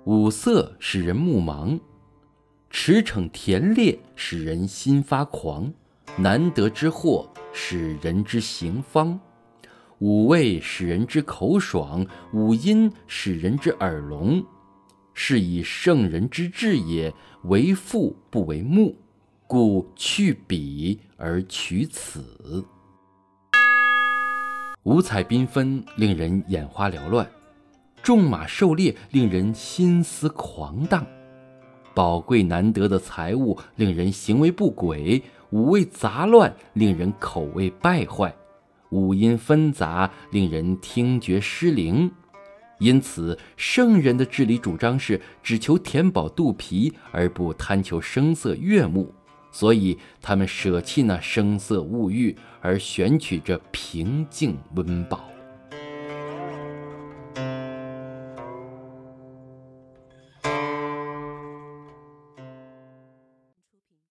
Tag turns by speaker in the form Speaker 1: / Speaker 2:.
Speaker 1: 五色使人目盲，驰骋田猎使人心发狂，难得之货使人之行方，五味使人之口爽，五音使人之耳聋。是以圣人之治也，为父不为目，故去彼而取此。五彩缤纷，令人眼花缭乱；纵马狩猎，令人心思狂荡；宝贵难得的财物，令人行为不轨；五味杂乱，令人口味败坏；五音纷杂，令人听觉失灵。因此圣人的治理主张是只求填饱肚皮，而不贪求声色悦目，所以他们舍弃那声色物欲，而选取这平静温饱。